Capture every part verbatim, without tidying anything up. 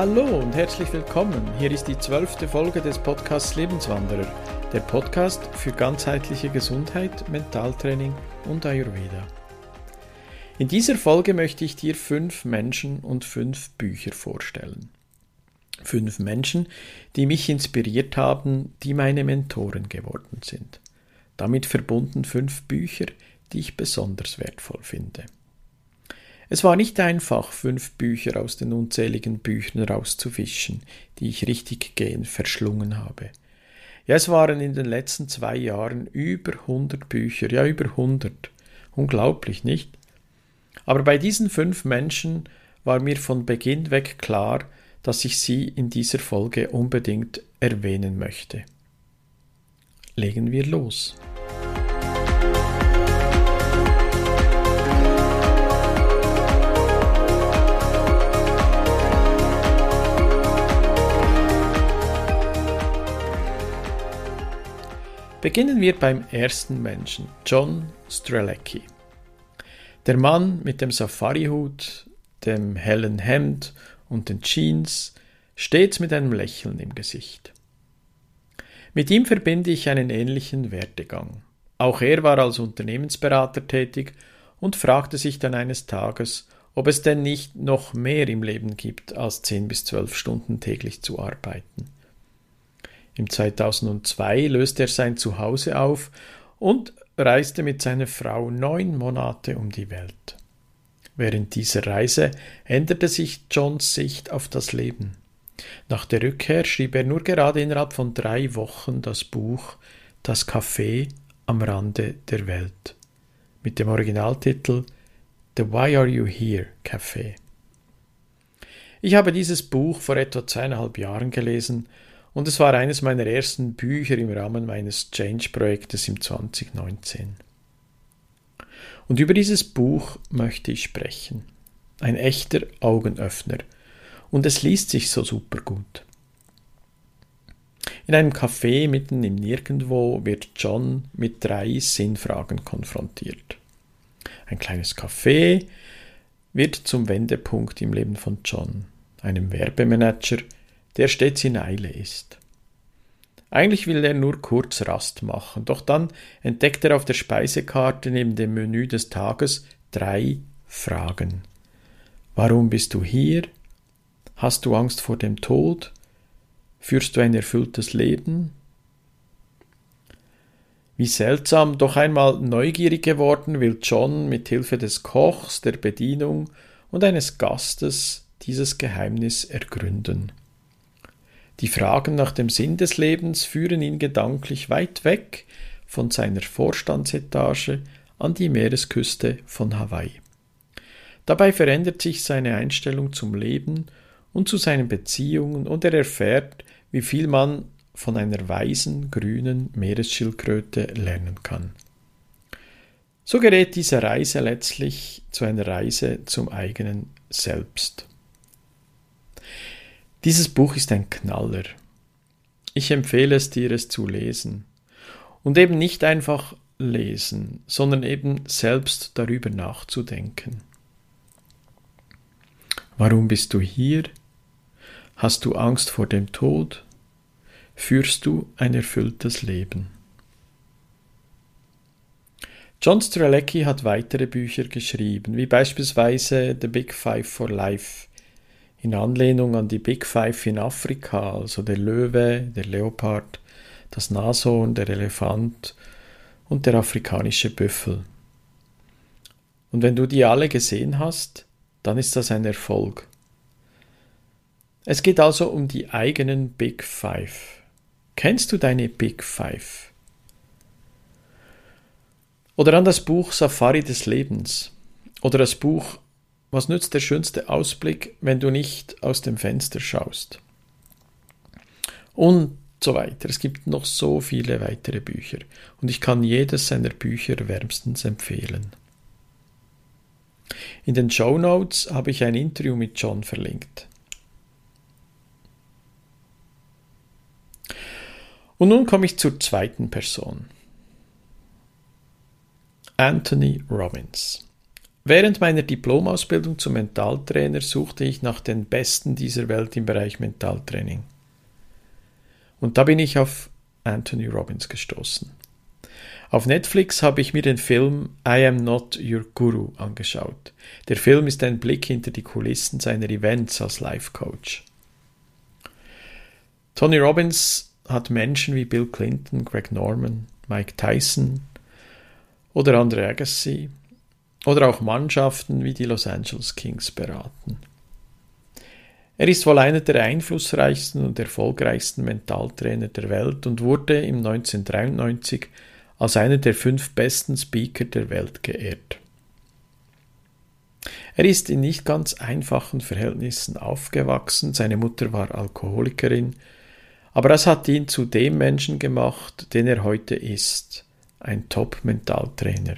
Hallo und herzlich willkommen. Hier ist die zwölfte Folge des Podcasts Lebenswanderer, der Podcast für ganzheitliche Gesundheit, Mentaltraining und Ayurveda. In dieser Folge möchte ich dir fünf Menschen und fünf Bücher vorstellen. Fünf Menschen, die mich inspiriert haben, die meine Mentoren geworden sind. Damit verbunden fünf Bücher, die ich besonders wertvoll finde. Es war nicht einfach, fünf Bücher aus den unzähligen Büchern rauszufischen, die ich richtig gehend verschlungen habe. Ja, es waren in den letzten zwei Jahren über hundert Bücher, ja über hundert. Unglaublich, nicht? Aber bei diesen fünf Menschen war mir von Beginn weg klar, dass ich sie in dieser Folge unbedingt erwähnen möchte. Legen wir los. Beginnen wir beim ersten Menschen, John Strzelecki. Der Mann mit dem Safarihut, dem hellen Hemd und den Jeans, stets mit einem Lächeln im Gesicht. Mit ihm verbinde ich einen ähnlichen Werdegang. Auch er war als Unternehmensberater tätig und fragte sich dann eines Tages, ob es denn nicht noch mehr im Leben gibt, als zehn bis zwölf Stunden täglich zu arbeiten. Im zweitausendzwei löste er sein Zuhause auf und reiste mit seiner Frau neun Monate um die Welt. Während dieser Reise änderte sich Johns Sicht auf das Leben. Nach der Rückkehr schrieb er nur gerade innerhalb von drei Wochen das Buch »Das Café am Rande der Welt« mit dem Originaltitel »The Why Are You Here Café«. Ich habe dieses Buch vor etwa zweieinhalb Jahren gelesen und es war eines meiner ersten Bücher im Rahmen meines Change-Projektes im zwanzig neunzehn. Und über dieses Buch möchte ich sprechen. Ein echter Augenöffner. Und es liest sich so super gut. In einem Café mitten im Nirgendwo wird John mit drei Sinnfragen konfrontiert. Ein kleines Café wird zum Wendepunkt im Leben von John, einem Werbemanager, der stets in Eile ist. Eigentlich will er nur kurz Rast machen, doch dann entdeckt er auf der Speisekarte neben dem Menü des Tages drei Fragen. Warum bist du hier? Hast du Angst vor dem Tod? Führst du ein erfülltes Leben? Wie seltsam, doch einmal neugierig geworden, will John mit Hilfe des Kochs, der Bedienung und eines Gastes dieses Geheimnis ergründen. Die Fragen nach dem Sinn des Lebens führen ihn gedanklich weit weg von seiner Vorstandsetage an die Meeresküste von Hawaii. Dabei verändert sich seine Einstellung zum Leben und zu seinen Beziehungen und er erfährt, wie viel man von einer weisen, grünen Meeresschildkröte lernen kann. So gerät diese Reise letztlich zu einer Reise zum eigenen Selbst. Dieses Buch ist ein Knaller. Ich empfehle es dir, es zu lesen. Und eben nicht einfach lesen, sondern eben selbst darüber nachzudenken. Warum bist du hier? Hast du Angst vor dem Tod? Führst du ein erfülltes Leben? John Strzelecki hat weitere Bücher geschrieben, wie beispielsweise The Big Five for Life, in Anlehnung an die Big Five in Afrika, also der Löwe, der Leopard, das Nashorn, der Elefant und der afrikanische Büffel. Und wenn du die alle gesehen hast, dann ist das ein Erfolg. Es geht also um die eigenen Big Five. Kennst du deine Big Five? Oder an das Buch Safari des Lebens oder das Buch Was nützt der schönste Ausblick, wenn du nicht aus dem Fenster schaust? Und so weiter. Es gibt noch so viele weitere Bücher und ich kann jedes seiner Bücher wärmstens empfehlen. In den Shownotes habe ich ein Interview mit John verlinkt. Und nun komme ich zur zweiten Person. Anthony Robbins. Während meiner Diplomausbildung zum Mentaltrainer suchte ich nach den Besten dieser Welt im Bereich Mentaltraining. Und da bin ich auf Anthony Robbins gestoßen. Auf Netflix habe ich mir den Film I Am Not Your Guru angeschaut. Der Film ist ein Blick hinter die Kulissen seiner Events als Life Coach. Tony Robbins hat Menschen wie Bill Clinton, Greg Norman, Mike Tyson oder Andre Agassi oder auch Mannschaften wie die Los Angeles Kings beraten. Er ist wohl einer der einflussreichsten und erfolgreichsten Mentaltrainer der Welt und wurde im neunzehnhundertdreiundneunzig als einer der fünf besten Speaker der Welt geehrt. Er ist in nicht ganz einfachen Verhältnissen aufgewachsen, seine Mutter war Alkoholikerin, aber das hat ihn zu dem Menschen gemacht, den er heute ist, ein Top-Mentaltrainer.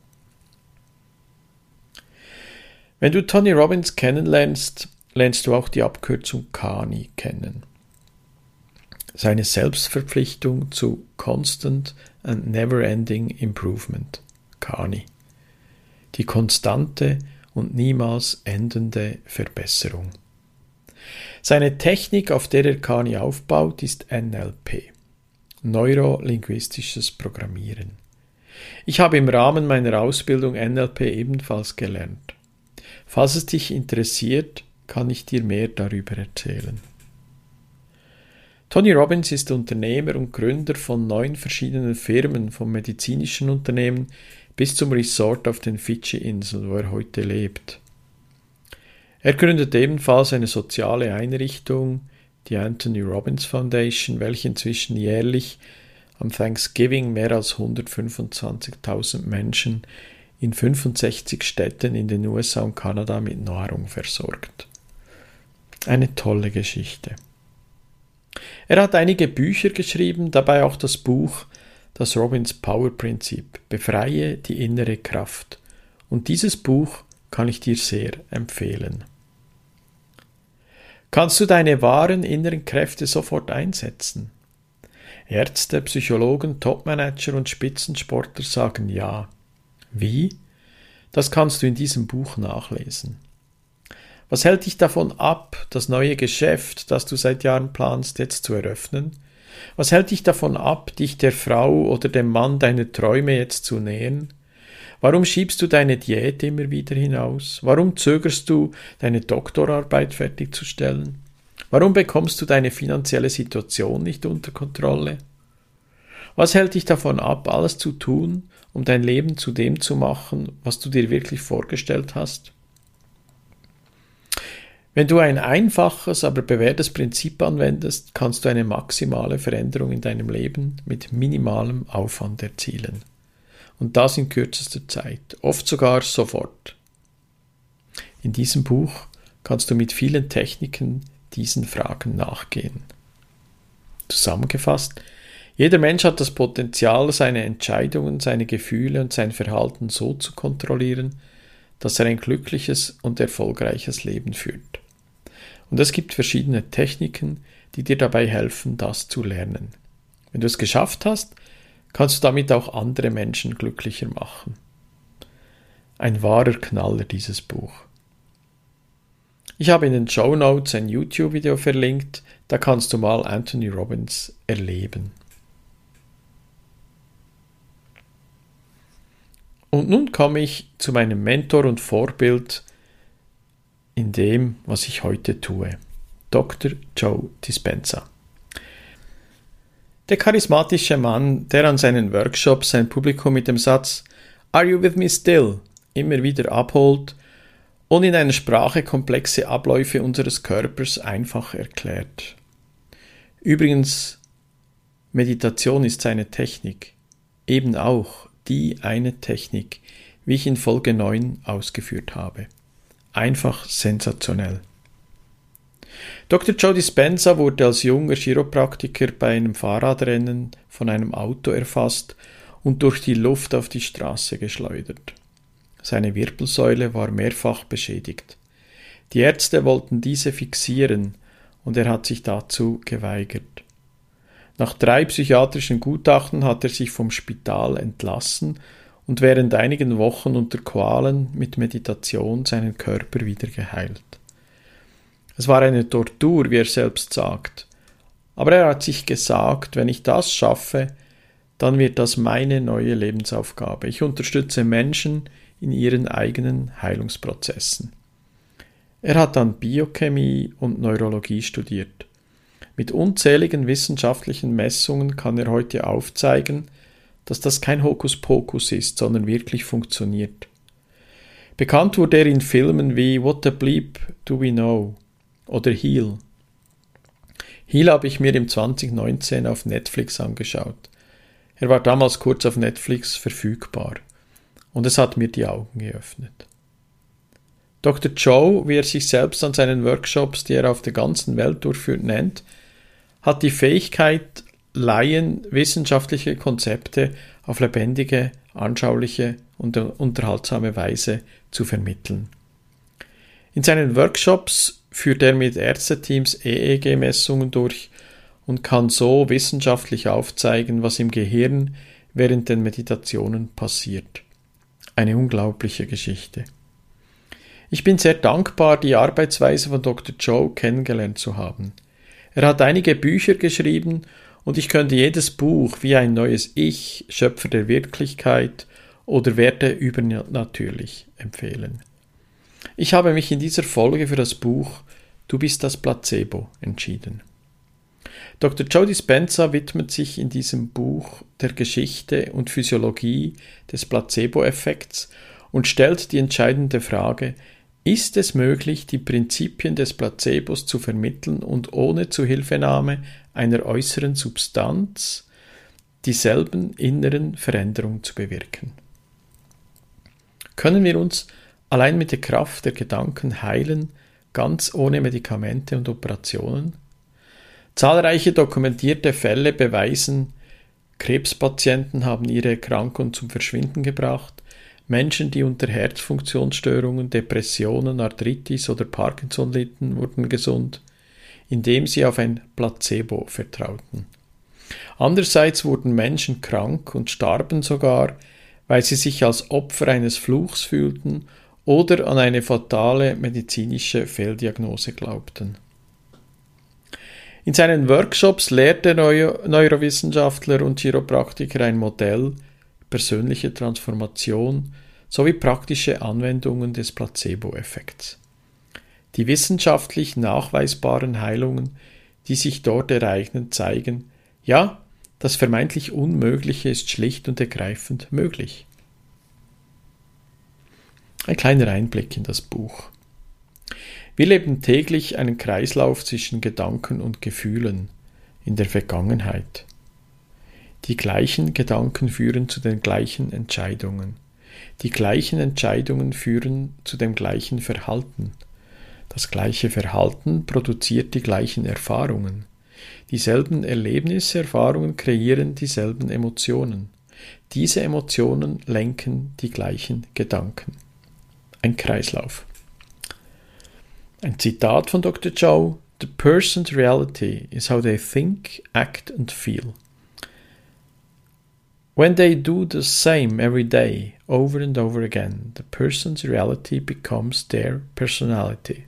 Wenn du Tony Robbins kennenlernst, lernst du auch die Abkürzung C A N I kennen. Seine Selbstverpflichtung zu Constant and Never-Ending Improvement, C A N I. Die konstante und niemals endende Verbesserung. Seine Technik, auf der er C A N I aufbaut, ist N L P, Neurolinguistisches Programmieren. Ich habe im Rahmen meiner Ausbildung N L P ebenfalls gelernt. Falls es dich interessiert, kann ich dir mehr darüber erzählen. Tony Robbins ist Unternehmer und Gründer von neun verschiedenen Firmen, vom medizinischen Unternehmen bis zum Resort auf den Fidschi-Inseln, wo er heute lebt. Er gründet ebenfalls eine soziale Einrichtung, die Anthony Robbins Foundation, welche inzwischen jährlich am Thanksgiving mehr als hundertfünfundzwanzigtausend Menschen in fünfundsechzig Städten in den U S A und Kanada mit Nahrung versorgt. Eine tolle Geschichte. Er hat einige Bücher geschrieben, dabei auch das Buch Das Robbins Power Prinzip, Befreie die innere Kraft. Und dieses Buch kann ich dir sehr empfehlen. Kannst du deine wahren inneren Kräfte sofort einsetzen? Ärzte, Psychologen, Topmanager und Spitzensportler sagen ja. Wie? Das kannst du in diesem Buch nachlesen. Was hält dich davon ab, das neue Geschäft, das du seit Jahren planst, jetzt zu eröffnen? Was hält dich davon ab, dich der Frau oder dem Mann deiner Träume jetzt zu nähern? Warum schiebst du deine Diät immer wieder hinaus? Warum zögerst du, deine Doktorarbeit fertigzustellen? Warum bekommst du deine finanzielle Situation nicht unter Kontrolle? Was hält dich davon ab, alles zu tun, um dein Leben zu dem zu machen, was du dir wirklich vorgestellt hast? Wenn du ein einfaches, aber bewährtes Prinzip anwendest, kannst du eine maximale Veränderung in deinem Leben mit minimalem Aufwand erzielen. Und das in kürzester Zeit, oft sogar sofort. In diesem Buch kannst du mit vielen Techniken diesen Fragen nachgehen. Zusammengefasst: Jeder Mensch hat das Potenzial, seine Entscheidungen, seine Gefühle und sein Verhalten so zu kontrollieren, dass er ein glückliches und erfolgreiches Leben führt. Und es gibt verschiedene Techniken, die dir dabei helfen, das zu lernen. Wenn du es geschafft hast, kannst du damit auch andere Menschen glücklicher machen. Ein wahrer Knaller, dieses Buch. Ich habe in den Shownotes ein YouTube-Video verlinkt, da kannst du mal Anthony Robbins erleben. Und nun komme ich zu meinem Mentor und Vorbild in dem, was ich heute tue. Doktor Joe Dispenza. Der charismatische Mann, der an seinen Workshops sein Publikum mit dem Satz "Are you with me still?" immer wieder abholt und in einer Sprache komplexe Abläufe unseres Körpers einfach erklärt. Übrigens, Meditation ist seine Technik, eben auch die eine Technik, wie ich in Folge neun ausgeführt habe. Einfach sensationell. Doktor Joe Dispenza wurde als junger Chiropraktiker bei einem Fahrradrennen von einem Auto erfasst und durch die Luft auf die Straße geschleudert. Seine Wirbelsäule war mehrfach beschädigt. Die Ärzte wollten diese fixieren und er hat sich dazu geweigert. Nach drei psychiatrischen Gutachten hat er sich vom Spital entlassen und während einigen Wochen unter Qualen mit Meditation seinen Körper wieder geheilt. Es war eine Tortur, wie er selbst sagt, aber er hat sich gesagt, wenn ich das schaffe, dann wird das meine neue Lebensaufgabe. Ich unterstütze Menschen in ihren eigenen Heilungsprozessen. Er hat dann Biochemie und Neurologie studiert. Mit unzähligen wissenschaftlichen Messungen kann er heute aufzeigen, dass das kein Hokuspokus ist, sondern wirklich funktioniert. Bekannt wurde er in Filmen wie What the Bleep Do We Know oder Heal. Heal habe ich mir im zwanzig neunzehn auf Netflix angeschaut. Er war damals kurz auf Netflix verfügbar und es hat mir die Augen geöffnet. Doktor Joe, wie er sich selbst an seinen Workshops, die er auf der ganzen Welt durchführt, nennt, hat die Fähigkeit, Laien wissenschaftliche Konzepte auf lebendige, anschauliche und unterhaltsame Weise zu vermitteln. In seinen Workshops führt er mit Ärzteteams E E G-Messungen durch und kann so wissenschaftlich aufzeigen, was im Gehirn während den Meditationen passiert. Eine unglaubliche Geschichte. Ich bin sehr dankbar, die Arbeitsweise von Doktor Joe kennengelernt zu haben. Er hat einige Bücher geschrieben und ich könnte jedes Buch wie ein neues Ich, Schöpfer der Wirklichkeit oder Werte übernatürlich empfehlen. Ich habe mich in dieser Folge für das Buch Du bist das Placebo entschieden. Doktor Joe Dispenza widmet sich in diesem Buch der Geschichte und Physiologie des Placebo-Effekts und stellt die entscheidende Frage: Ist es möglich, die Prinzipien des Placebos zu vermitteln und ohne Zuhilfenahme einer äußeren Substanz dieselben inneren Veränderungen zu bewirken? Können wir uns allein mit der Kraft der Gedanken heilen, ganz ohne Medikamente und Operationen? Zahlreiche dokumentierte Fälle beweisen, Krebspatienten haben ihre Erkrankung zum Verschwinden gebracht, Menschen, die unter Herzfunktionsstörungen, Depressionen, Arthritis oder Parkinson litten, wurden gesund, indem sie auf ein Placebo vertrauten. Andererseits wurden Menschen krank und starben sogar, weil sie sich als Opfer eines Fluchs fühlten oder an eine fatale medizinische Fehldiagnose glaubten. In seinen Workshops lehrt der Neu- Neurowissenschaftler und Chiropraktiker ein Modell, persönliche Transformation sowie praktische Anwendungen des Placebo-Effekts. Die wissenschaftlich nachweisbaren Heilungen, die sich dort ereignen, zeigen, ja, das vermeintlich Unmögliche ist schlicht und ergreifend möglich. Ein kleiner Einblick in das Buch. Wir leben täglich einen Kreislauf zwischen Gedanken und Gefühlen in der Vergangenheit. Die gleichen Gedanken führen zu den gleichen Entscheidungen. Die gleichen Entscheidungen führen zu dem gleichen Verhalten. Das gleiche Verhalten produziert die gleichen Erfahrungen. Dieselben Erlebnisse, Erfahrungen kreieren dieselben Emotionen. Diese Emotionen lenken die gleichen Gedanken. Ein Kreislauf. Ein Zitat von Doktor Joe: The person's reality is how they think, act and feel. When they do the same every day, over and over again, the person's reality becomes their personality.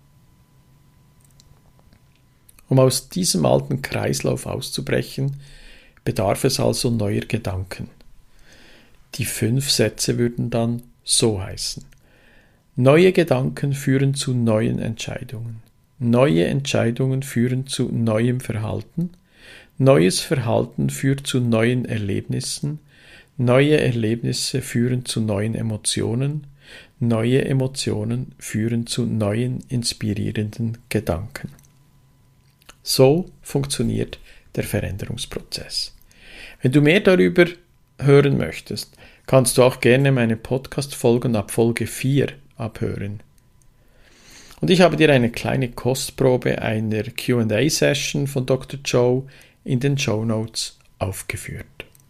Um aus diesem alten Kreislauf auszubrechen, bedarf es also neuer Gedanken. Die fünf Sätze würden dann so heißen: Neue Gedanken führen zu neuen Entscheidungen. Neue Entscheidungen führen zu neuem Verhalten. Neues Verhalten führt zu neuen Erlebnissen. Neue Erlebnisse führen zu neuen Emotionen. Neue Emotionen führen zu neuen inspirierenden Gedanken. So funktioniert der Veränderungsprozess. Wenn du mehr darüber hören möchtest, kannst du auch gerne meine Podcast-Folgen ab Folge vier abhören. Und ich habe dir eine kleine Kostprobe einer Q and A-Session von Doktor Joe in den Shownotes aufgeführt.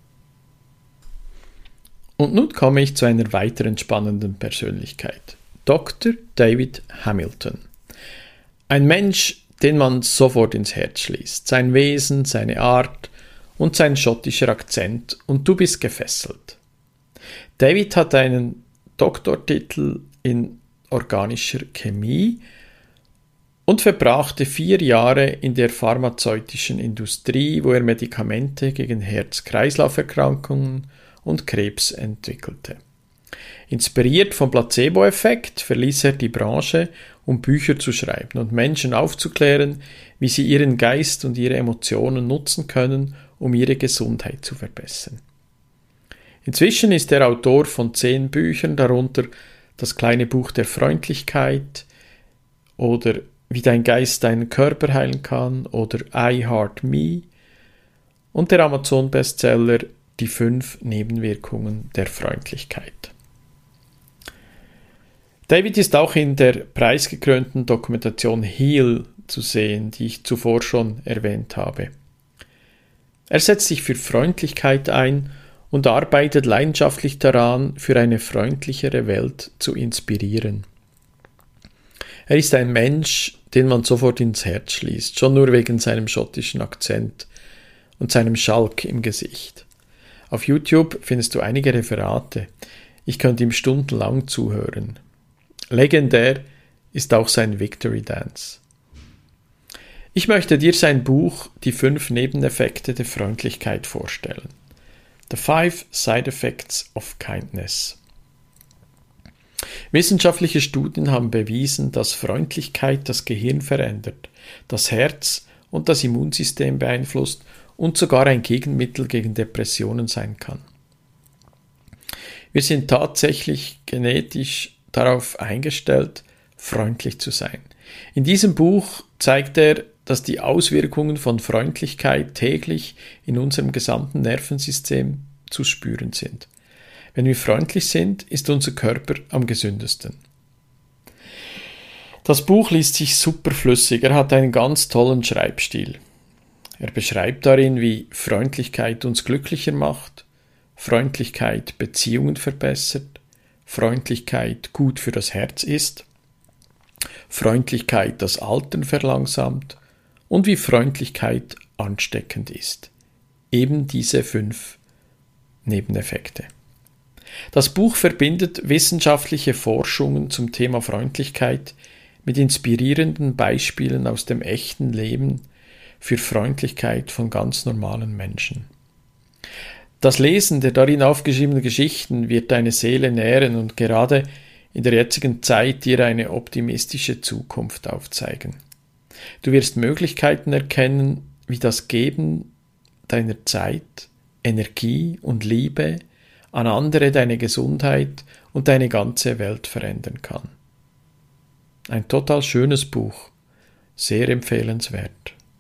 Und nun komme ich zu einer weiteren spannenden Persönlichkeit. Doktor David Hamilton. Ein Mensch, den man sofort ins Herz schließt. Sein Wesen, seine Art und sein schottischer Akzent, und du bist gefesselt. David hat einen Doktortitel in organischer Chemie und verbrachte vier Jahre in der pharmazeutischen Industrie, wo er Medikamente gegen Herz-Kreislauf-Erkrankungen und Krebs entwickelte. Inspiriert vom Placebo-Effekt verließ er die Branche, um Bücher zu schreiben und Menschen aufzuklären, wie sie ihren Geist und ihre Emotionen nutzen können, um ihre Gesundheit zu verbessern. Inzwischen ist er Autor von zehn Büchern, darunter Das kleine Buch der Freundlichkeit oder Wie dein Geist deinen Körper heilen kann oder I Heart Me und der Amazon-Bestseller Die fünf Nebenwirkungen der Freundlichkeit. David ist auch in der preisgekrönten Dokumentation Heal zu sehen, die ich zuvor schon erwähnt habe. Er setzt sich für Freundlichkeit ein und arbeitet leidenschaftlich daran, für eine freundlichere Welt zu inspirieren. Er ist ein Mensch, den man sofort ins Herz schließt, schon nur wegen seinem schottischen Akzent und seinem Schalk im Gesicht. Auf YouTube findest du einige Referate. Ich könnte ihm stundenlang zuhören. Legendär ist auch sein Victory Dance. Ich möchte dir sein Buch Die fünf Nebeneffekte der Freundlichkeit vorstellen. The Five Side Effects of Kindness. Wissenschaftliche Studien haben bewiesen, dass Freundlichkeit das Gehirn verändert, das Herz und das Immunsystem beeinflusst und sogar ein Gegenmittel gegen Depressionen sein kann. Wir sind tatsächlich genetisch darauf eingestellt, freundlich zu sein. In diesem Buch zeigt er, dass die Auswirkungen von Freundlichkeit täglich in unserem gesamten Nervensystem zu spüren sind. Wenn wir freundlich sind, ist unser Körper am gesündesten. Das Buch liest sich superflüssig, er hat einen ganz tollen Schreibstil. Er beschreibt darin, wie Freundlichkeit uns glücklicher macht, Freundlichkeit Beziehungen verbessert, Freundlichkeit gut für das Herz ist, Freundlichkeit das Altern verlangsamt und wie Freundlichkeit ansteckend ist. Eben diese fünf Nebeneffekte. Das Buch verbindet wissenschaftliche Forschungen zum Thema Freundlichkeit mit inspirierenden Beispielen aus dem echten Leben für Freundlichkeit von ganz normalen Menschen. Das Lesen der darin aufgeschriebenen Geschichten wird deine Seele nähren und gerade in der jetzigen Zeit dir eine optimistische Zukunft aufzeigen. Du wirst Möglichkeiten erkennen, wie das Geben deiner Zeit, Energie und Liebe an andere deine Gesundheit und deine ganze Welt verändern kann. Ein total schönes Buch, sehr empfehlenswert.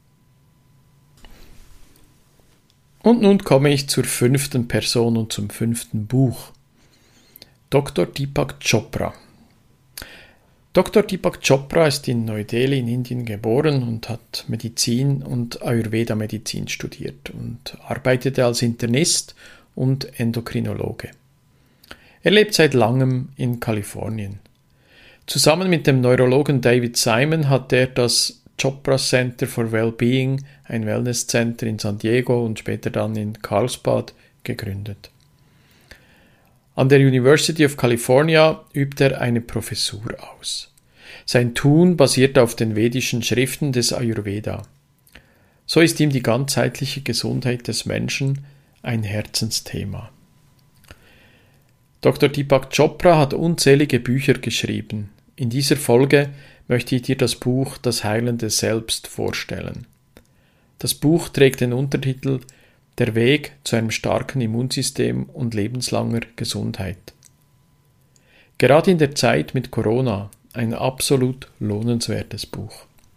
Und nun komme ich zur fünften Person und zum fünften Buch. Doktor Deepak Chopra. Doktor Deepak Chopra ist in Neu-Delhi in Indien geboren und hat Medizin und Ayurveda-Medizin studiert und arbeitete als Internist und Endokrinologe. Er lebt seit langem in Kalifornien. Zusammen mit dem Neurologen David Simon hat er das Chopra Center for Wellbeing, ein Wellness-Center in San Diego und später dann in Carlsbad, gegründet. An der University of California übt er eine Professur aus. Sein Tun basiert auf den vedischen Schriften des Ayurveda. So ist ihm die ganzheitliche Gesundheit des Menschen ein Herzensthema. Doktor Deepak Chopra hat unzählige Bücher geschrieben. In dieser Folge möchte ich dir das Buch Das heilende Selbst vorstellen. Das Buch trägt den Untertitel Der Weg zu einem starken Immunsystem und lebenslanger Gesundheit. Gerade in der Zeit mit Corona ein absolut lohnenswertes Buch.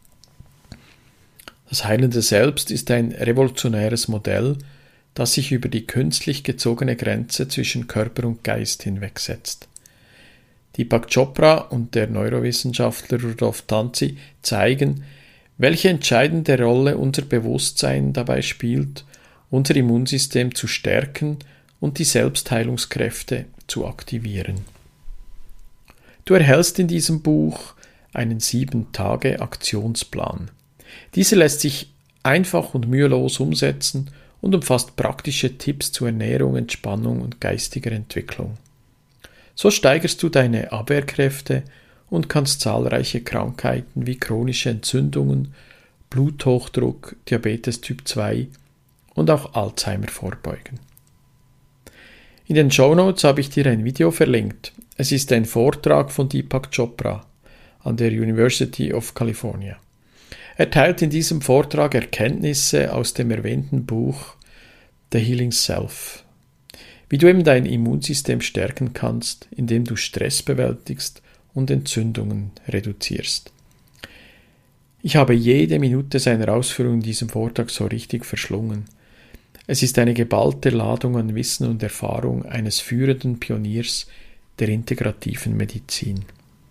Das heilende Selbst ist ein revolutionäres Modell, das sich über die künstlich gezogene Grenze zwischen Körper und Geist hinwegsetzt. Deepak Chopra und der Neurowissenschaftler Rudolf Tanzi zeigen, welche entscheidende Rolle unser Bewusstsein dabei spielt, unser Immunsystem zu stärken und die Selbstheilungskräfte zu aktivieren. Du erhältst in diesem Buch einen sieben Tage Aktionsplan. Dieser lässt sich einfach und mühelos umsetzen und umfasst praktische Tipps zu Ernährung, Entspannung und geistiger Entwicklung. So steigerst du deine Abwehrkräfte und kannst zahlreiche Krankheiten wie chronische Entzündungen, Bluthochdruck, Diabetes Typ zwei und auch Alzheimer vorbeugen. In den Shownotes habe ich dir ein Video verlinkt. Es ist ein Vortrag von Deepak Chopra an der University of California. Er teilt in diesem Vortrag Erkenntnisse aus dem erwähnten Buch The Healing Self, wie du eben dein Immunsystem stärken kannst, indem du Stress bewältigst und Entzündungen reduzierst. Ich habe jede Minute seiner Ausführungen in diesem Vortrag so richtig verschlungen. Es ist eine geballte Ladung an Wissen und Erfahrung eines führenden Pioniers der integrativen Medizin.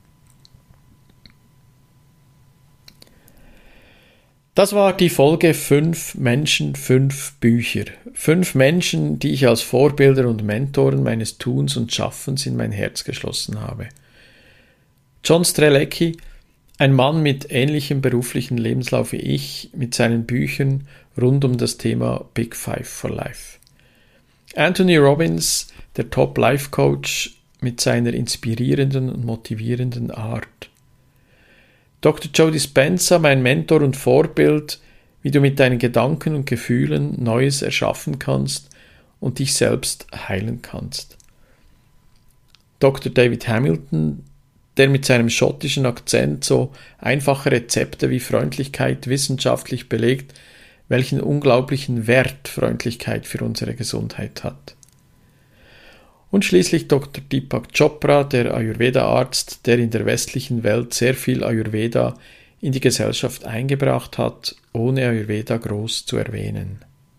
Das war die Folge fünf Menschen, fünf Bücher. Fünf Menschen, die ich als Vorbilder und Mentoren meines Tuns und Schaffens in mein Herz geschlossen habe. John Strelecki, ein Mann mit ähnlichem beruflichen Lebenslauf wie ich, mit seinen Büchern rund um das Thema Big Five for Life. Anthony Robbins, der Top-Life-Coach mit seiner inspirierenden und motivierenden Art. Doktor Joe Dispenza, mein Mentor und Vorbild, wie du mit deinen Gedanken und Gefühlen Neues erschaffen kannst und dich selbst heilen kannst. Doktor David Hamilton, der mit seinem schottischen Akzent so einfache Rezepte wie Freundlichkeit wissenschaftlich belegt, welchen unglaublichen Wert Freundlichkeit für unsere Gesundheit hat. Und schließlich Doktor Deepak Chopra, der Ayurveda-Arzt, der in der westlichen Welt sehr viel Ayurveda in die Gesellschaft eingebracht hat, ohne Ayurveda groß zu erwähnen.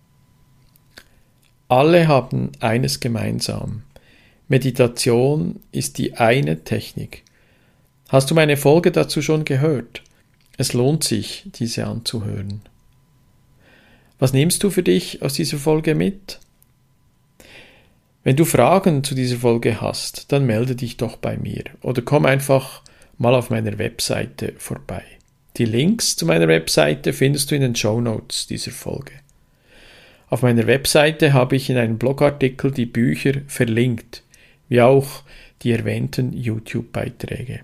Alle haben eines gemeinsam. Meditation ist die eine Technik. Hast du meine Folge dazu schon gehört? Es lohnt sich, diese anzuhören. Was nimmst du für dich aus dieser Folge mit? Wenn du Fragen zu dieser Folge hast, dann melde dich doch bei mir oder komm einfach mal auf meiner Webseite vorbei. Die Links zu meiner Webseite findest du in den Shownotes dieser Folge. Auf meiner Webseite habe ich in einem Blogartikel die Bücher verlinkt, wie auch die erwähnten YouTube-Beiträge.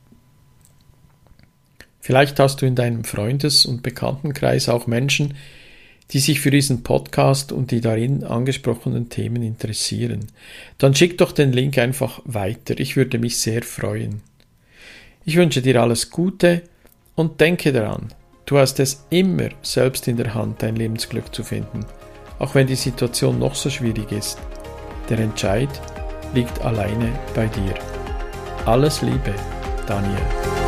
Vielleicht hast du in deinem Freundes- und Bekanntenkreis auch Menschen, die sich für diesen Podcast und die darin angesprochenen Themen interessieren. Dann schick doch den Link einfach weiter. Ich würde mich sehr freuen. Ich wünsche dir alles Gute und denke daran, du hast es immer selbst in der Hand, dein Lebensglück zu finden, auch wenn die Situation noch so schwierig ist. Der Entscheid liegt alleine bei dir. Alles Liebe, Daniel.